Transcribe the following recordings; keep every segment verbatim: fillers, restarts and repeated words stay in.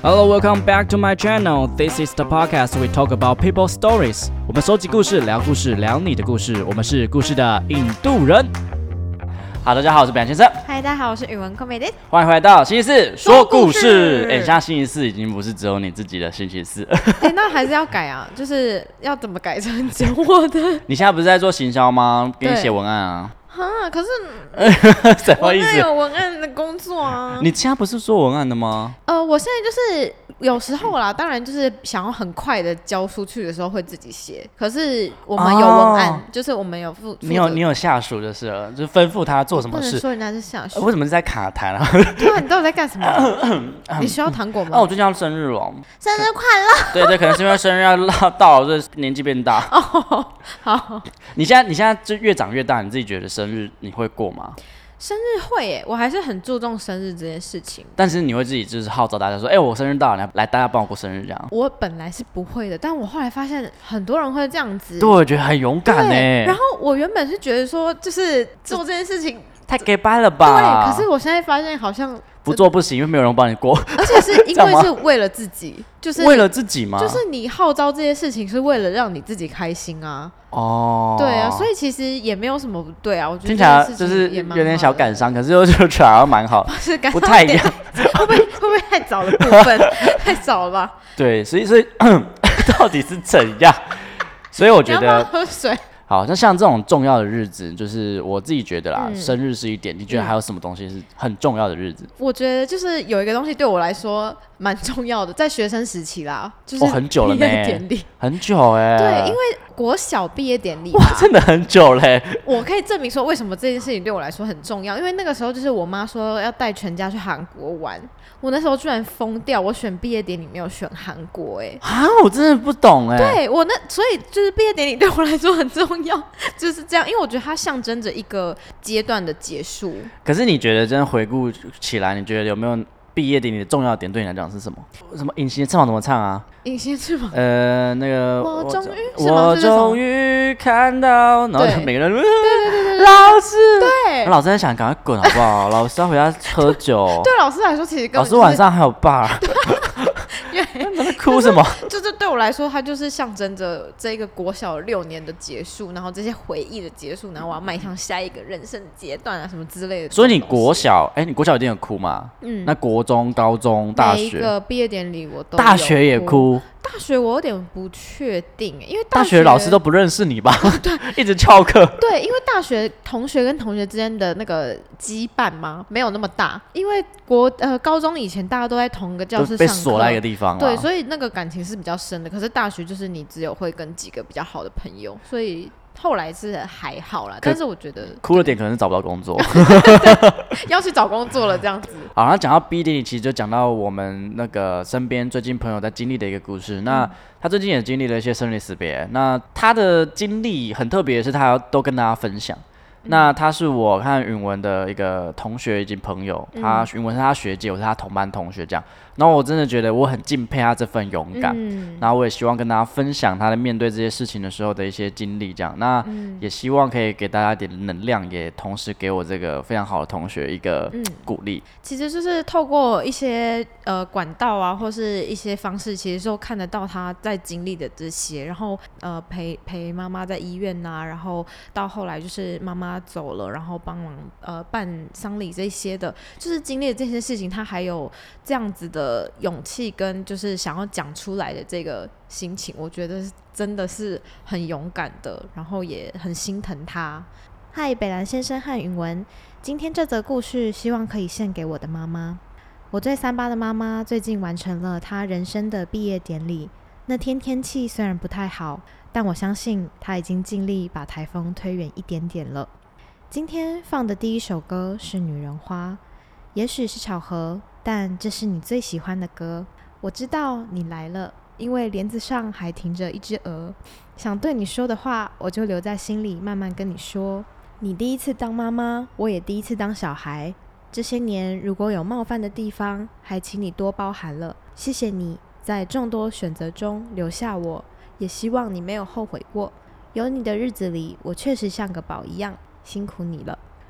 Hello, welcome back to my channel. This is the podcast we talk about people stories. 我们收集故事，聊故事，聊你的故事。我们是故事的印度人。好，大家好，我是北洋先生。 嗨，大家好，我是语文 comedy。 欢迎回到星期四说故事。哎，现在星期四已经不是只有你自己的星期四。 哎，那还是要改啊，就是要怎么改成只有我的？ 你现在不是在做行销吗？给你写文案啊。 哈，可是什么意思？ 我那有文案的工作啊。 你现在不是做文案的吗？ 呃，我现在就是有时候啦，当然就是想要很快的交出去的时候会自己写，可是我们有文案，哦、就是我们有负， 你有你有下属就是了，就吩咐他做什么事。不能说人家是下属、 呃，为什么是在卡痰啊？ 对啊，你到底在干什么？你需要糖果吗？ 哦，我最近要生日了， 生日快乐！ 对对，可能是因为生日要到了，这年纪变大。 哦，好。 你现在你现在就越长越大，你自己觉得生日你会过吗？ 生日会耶，我还是很注重生日这件事情。 但是你会自己就是号召大家说，哎、欸，我生日到了，来大家帮我过生日这样。 我本来是不会的，但我后来发现很多人会这样子。 对，我觉得很勇敢呢。 然后我原本是觉得说，就是做这件事情太给掰了吧？ 对，可是我现在发现好像不做不行，因为没有人帮你过。 而且是因为是为了自己，就是为了自己吗？ 就是你号召这些事情是为了让你自己开心啊。哦，对啊，所以其实也没有什么不对啊。我觉得听起来就是有点小感伤，可是又觉得好像蛮好， 不, 不太一样。 会不会会不会太早的部分太早了吧？ 对，所以所以到底是怎样？所以我觉得你要不要喝水。 好，那像这种重要的日子，就是我自己觉得啦， 嗯、 生日是一点。你觉得还有什么东西是很重要的日子？ 我觉得就是有一个东西对我来说蛮重要的，在学生时期啦，就是哦，很久了呢， 毕业典礼， 很久哎、欸。 对，因为国小毕业典礼， 哇，真的很久嘞、欸。 我可以证明说，为什么这件事情对我来说很重要，因为那个时候就是我妈说要带全家去韩国玩，我那时候居然疯掉，我选毕业典礼没有选韩国、欸，哎， 啊，我真的不懂哎、 欸。对我那，所以就是毕业典礼对我来说很重要，就是这样，因为我觉得它象征着一个阶段的结束。 可是你觉得真的回顾起来，你觉得有没有毕业典礼的重要的点对你来讲是什么？什么隐形的翅膀怎么唱啊？ 隐形的翅膀， 呃，那个我终于， 我终于看到，然后每个人，对对对对， 老师， 对， 老师在想赶快滚好不好？老师要回家喝酒。 对老师来说，其实根本、就是、 老师晚上还有 bar。你在哭什么？ 就是对我来说，它就是象征着这个国小六年的结束，然后这些回忆的结束，然后我要迈向下一个人生阶段啊，什么之类的。 所以你国小，哎、欸，你国小一定有哭吗？嗯。那国中、高中、大学， 每一个毕业典礼我都有哭。 大学也哭。 大学我有点不确定，因为大 学, 大学老师都不认识你吧？对，一直翘课。 对，因为大学同学跟同学之间的那个羁绊嘛，没有那么大。因为国呃高中以前大家都在同一个教室上课， 被锁在一个地方， 对，所以那个感情是比较深的。可是大学就是你只有会跟几个比较好的朋友，所以后来是还好啦。但是我觉得哭的点可能是找不到工作， 要去找工作了这样子。 好，那讲到毕业典礼，其实就讲到我们那个身边最近朋友在经历的一个故事。那他最近也经历了一些生离死别，那他的经历很特别，是他要都跟大家分享。那他是我看允文的一个同学以及朋友，他允文是他学姐，我是他同班同学这样。然后我真的觉得我很敬佩他这份勇敢，嗯、然后我也希望跟大家分享他在面对这些事情的时候的一些经历，这样。那也希望可以给大家一点能量，也同时给我这个非常好的同学一个鼓励。嗯、 其实就是透过一些呃管道啊，或是一些方式，其实都看得到他在经历的这些，然后呃陪陪妈妈在医院啊，然后到后来就是妈妈走了，然后帮忙呃办丧礼这些的，就是经历的这些事情，他还有这样子的勇气跟就是想要讲出来的这个心情，我觉得真的是很勇敢的，然后也很心疼他。嗨，北兰先生和允文，今天这则故事希望可以献给我的妈妈。我最三八的妈妈最近完成了她人生的毕业典礼，那天天气虽然不太好，但我相信她已经尽力把台风推远一点点了。今天放的第一首歌是《女人花》，也许是巧合，但这是你最喜欢的歌。我知道你来了，因为帘子上还停着一只鹅。想对你说的话，我就留在心里慢慢跟你说。你第一次当妈妈，我也第一次当小孩。这些年如果有冒犯的地方，还请你多包涵了。谢谢你在众多选择中留下我，也希望你没有后悔过。有你的日子里，我确实像个宝一样，辛苦你了。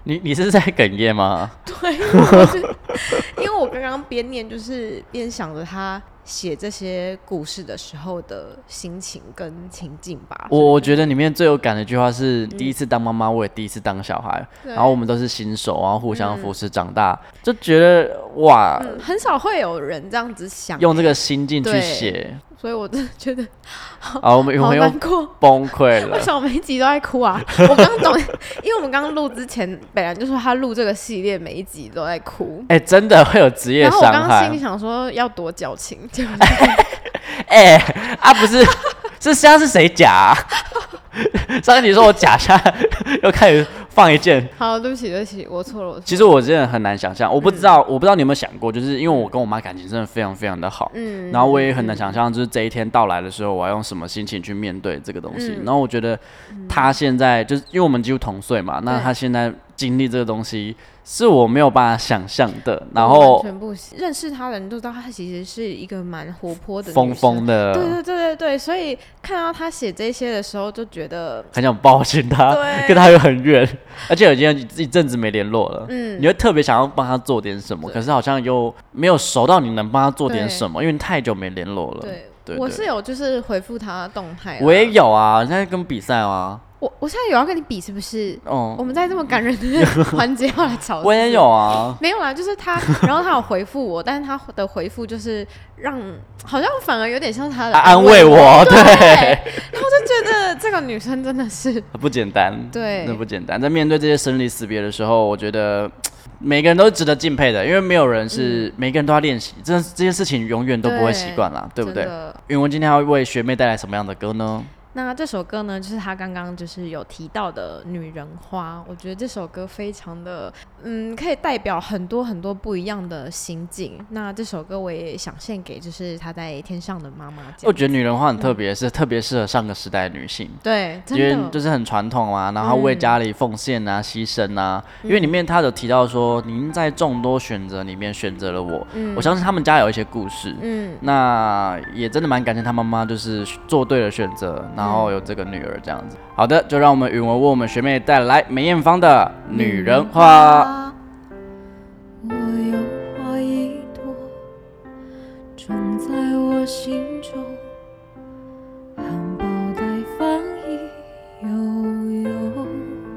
你你是在哽咽吗？ 对，因为我是因为我刚刚边念就是边想着他写这些故事的时候的心情跟情境吧。 我我觉得里面最有感的一句话是：第一次当妈妈，我也第一次当小孩，然后我们都是新手，然后互相扶持长大，嗯、就觉得哇、 嗯，很少会有人这样子想， 用这个心境去写。 所以我真的觉得好， 好，我们好难过， 崩溃了。 为什么每一集都在哭啊？我刚懂，因为我们刚刚录之前，本来就说他录这个系列每一集都在哭。 哎、欸，真的会有职业伤害。 然后我刚刚心里想说要多矫情，结果哎、欸、啊，不是，是现在是谁假、啊？上一集说我假，下又开始放一件。 好，对不起，对不起，我错了，我错了。 其实我真的很难想象，我不知道，嗯、我不知道你有没有想过，就是因为我跟我妈感情真的非常非常的好，嗯，然后我也很难想象，就是这一天到来的时候，我要用什么心情去面对这个东西。嗯、然后我觉得她现在就是因为我们几乎同岁嘛，那她现在经历这个东西。是我没有办法想象的，然后完全不行。认识他的人都知道，他其实是一个蛮活泼的、 疯疯的。 对对对对对，所以看到他写这些的时候，就觉得很想抱紧他，跟他又很远，而且有今天一阵子没联络了，嗯，你会特别想要帮他做点什么，可是好像又没有熟到你能帮他做点什么，因为太久没联络了。 对，对我是有就是回复他动态， 我也有啊，现在跟比赛啊。 我我现在有要跟你比，是不是？哦，我们在这么感人的环节要来吵。 我也有啊， 没有啦，就是他，然后他有回复我，但是他的回复就是让，好像反而有点像他的安慰我，对。 然后就觉得这个女生真的是不简单， 对， 那不简单。在面对这些生离死别的时候，我觉得每个人都是值得敬佩的，因为没有人是、嗯、每个人都要练习，这这些事情永远都不会习惯啦， 对, 对不对？云文今天要为学妹带来什么样的歌呢？ 那这首歌呢，就是他刚刚就是有提到的《女人花》，我觉得这首歌非常的，嗯，可以代表很多很多不一样的心境。那这首歌我也想献给就是她在天上的妈妈。 我觉得《女人花》很特别，嗯、是特别适合上个时代的女性。 对，真的，因为就是很传统嘛，然后为家里奉献啊、牺牲啊。嗯、因为里面他有提到说，您在众多选择里面选择了我。嗯、我相信他们家有一些故事。嗯，那也真的蛮感谢他妈妈，就是做对了选择。然后有这个女儿这样子，好的，就让我们允文为我们学妹带来梅艳芳的《女人花》。 我有花一朵，种在我心中，含苞待放意悠悠，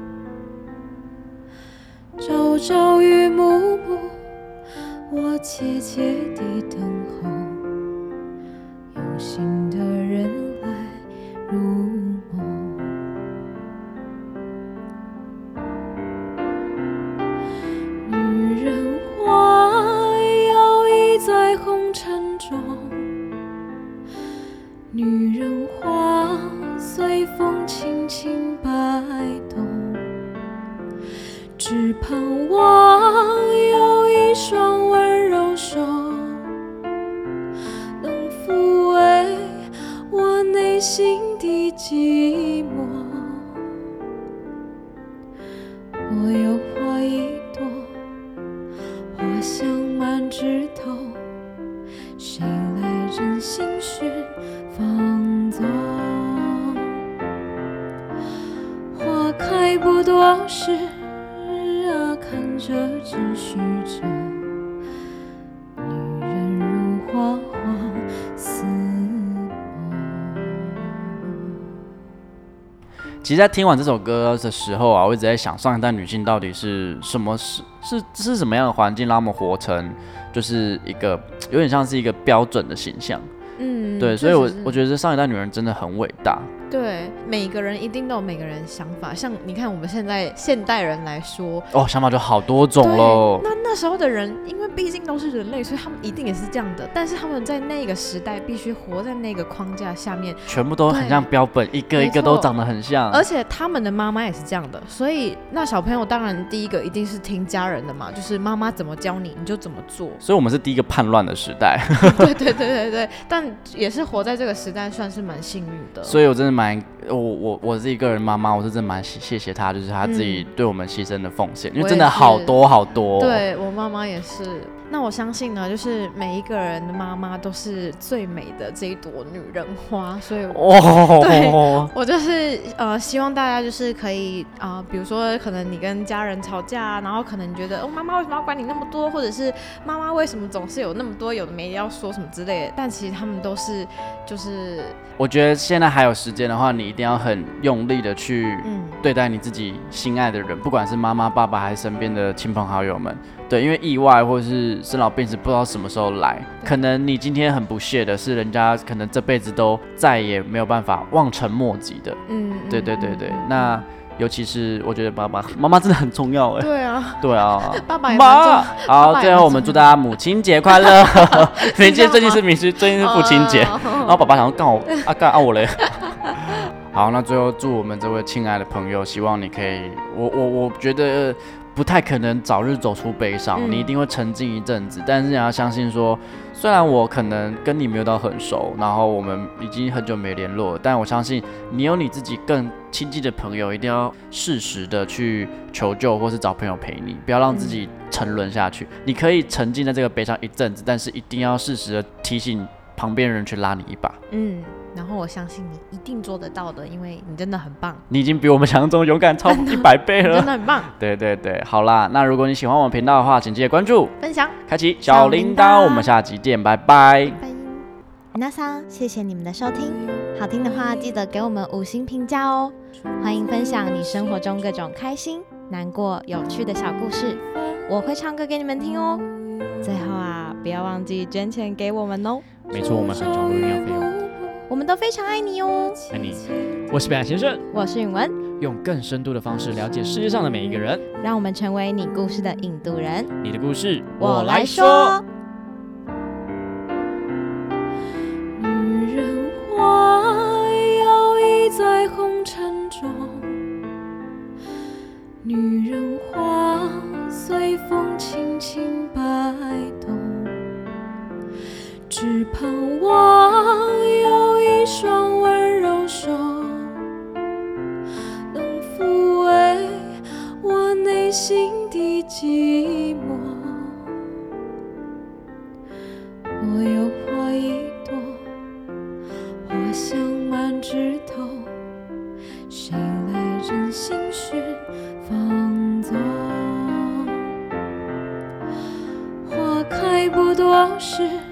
朝朝与暮暮，我切切地等候，有心的人来入梦，女人花摇曳在红尘中，女人花随风轻轻摆动，只盼望有一双温柔手能抚慰我内心的寂寞。我有花一朵，花香满枝头，谁来任心寻放纵？花开不多时啊，看着只虚着，女人如花花似其实，在听完这首歌的时候啊，我一直在想，上一代女性到底是什么是是是什么样的环境，让她们活成就是一个有点像是一个标准的形象。嗯，对，所以我我觉得上一代女人真的很伟大。 对，每个人一定都有每个人的想法。像你看，我们现在现代人来说， 哦，想法就好多种喽。 那那时候的人，因为毕竟都是人类，所以他们一定也是这样的。但是他们在那个时代，必须活在那个框架下面， 全部都很像标本，一个一个都长得很像。 而且他们的妈妈也是这样的，所以那小朋友当然第一个一定是听家人的嘛，就是妈妈怎么教你，你就怎么做。 所以我们是第一个叛乱的时代。 对对对对对，但也是活在这个时代，算是蛮幸运的。 所以我真的蛮我我我是一个人妈妈，我是真的蛮谢谢她，就是她自己对我们牺牲的奉献，嗯、因为真的好多好多、哦。 对我妈妈也是。 那我相信呢，就是每一个人的妈妈都是最美的这一朵女人花，所以我、 哦， 对我就是呃，希望大家就是可以啊、呃，比如说可能你跟家人吵架，然后可能你觉得哦，妈妈为什么要管你那么多，或者是妈妈为什么总是有那么多有的没的要说什么之类的，但其实他们都是就是我觉得现在还有时间的话，你一定要很用力的去对待你自己心爱的人，不管是妈妈、爸爸还是身边的亲朋好友们。对，因为意外或是生老病死，不知道什么时候来，可能你今天很不屑的是，人家可能这辈子都再也没有办法望尘莫及的。嗯，对对对对，那。尤其是我觉得爸爸妈妈真的很重要哎。 对啊， 对啊， 爸爸也蛮重要。 好，最后我们祝大家母亲节快乐。明天最近是明是最近是父亲节，然后爸爸想要干我啊干啊我嘞。好，那最后祝我们这位亲爱的朋友，希望你可以，我我我觉得不太可能早日走出悲伤，嗯、你一定会沉浸一阵子，但是你要相信说，虽然我可能跟你没有到很熟，然后我们已经很久没联络了，但我相信你有你自己更亲近的朋友，一定要适时的去求救，或是找朋友陪你，不要让自己沉沦下去。嗯、你可以沉浸在这个悲伤一阵子，但是一定要适时的提醒旁边人去拉你一把。 嗯。然后我相信你一定做得到的，因为你真的很棒。 你已经比我们想象中勇敢超一百倍了， 真的很棒。 对对对，好啦，那如果你喜欢我们频道的话，请记得关注、 分享、 开启小铃铛。我们下集见，拜拜。 皆さん，谢谢你们的收听。好听的话，记得给我们五星评价哦。欢迎分享你生活中各种开心、难过、有趣的小故事，我会唱歌给你们听哦。最后啊，不要忘记捐钱给我们哦。 没错，我们很少录音费用。 我们都非常爱你哦， 爱你。我是北海先生， 我是允文， 用更深度的方式了解世界上的每一个人， 让我们成为你故事的引渡人。 你的故事， 我来说。 女人花摇曳在红尘中，女人花随风轻轻摆动，只盼望有一双温柔手能抚慰我内心的寂寞。我有花一朵，花香满枝头，谁来任心绪放纵？花开不多时，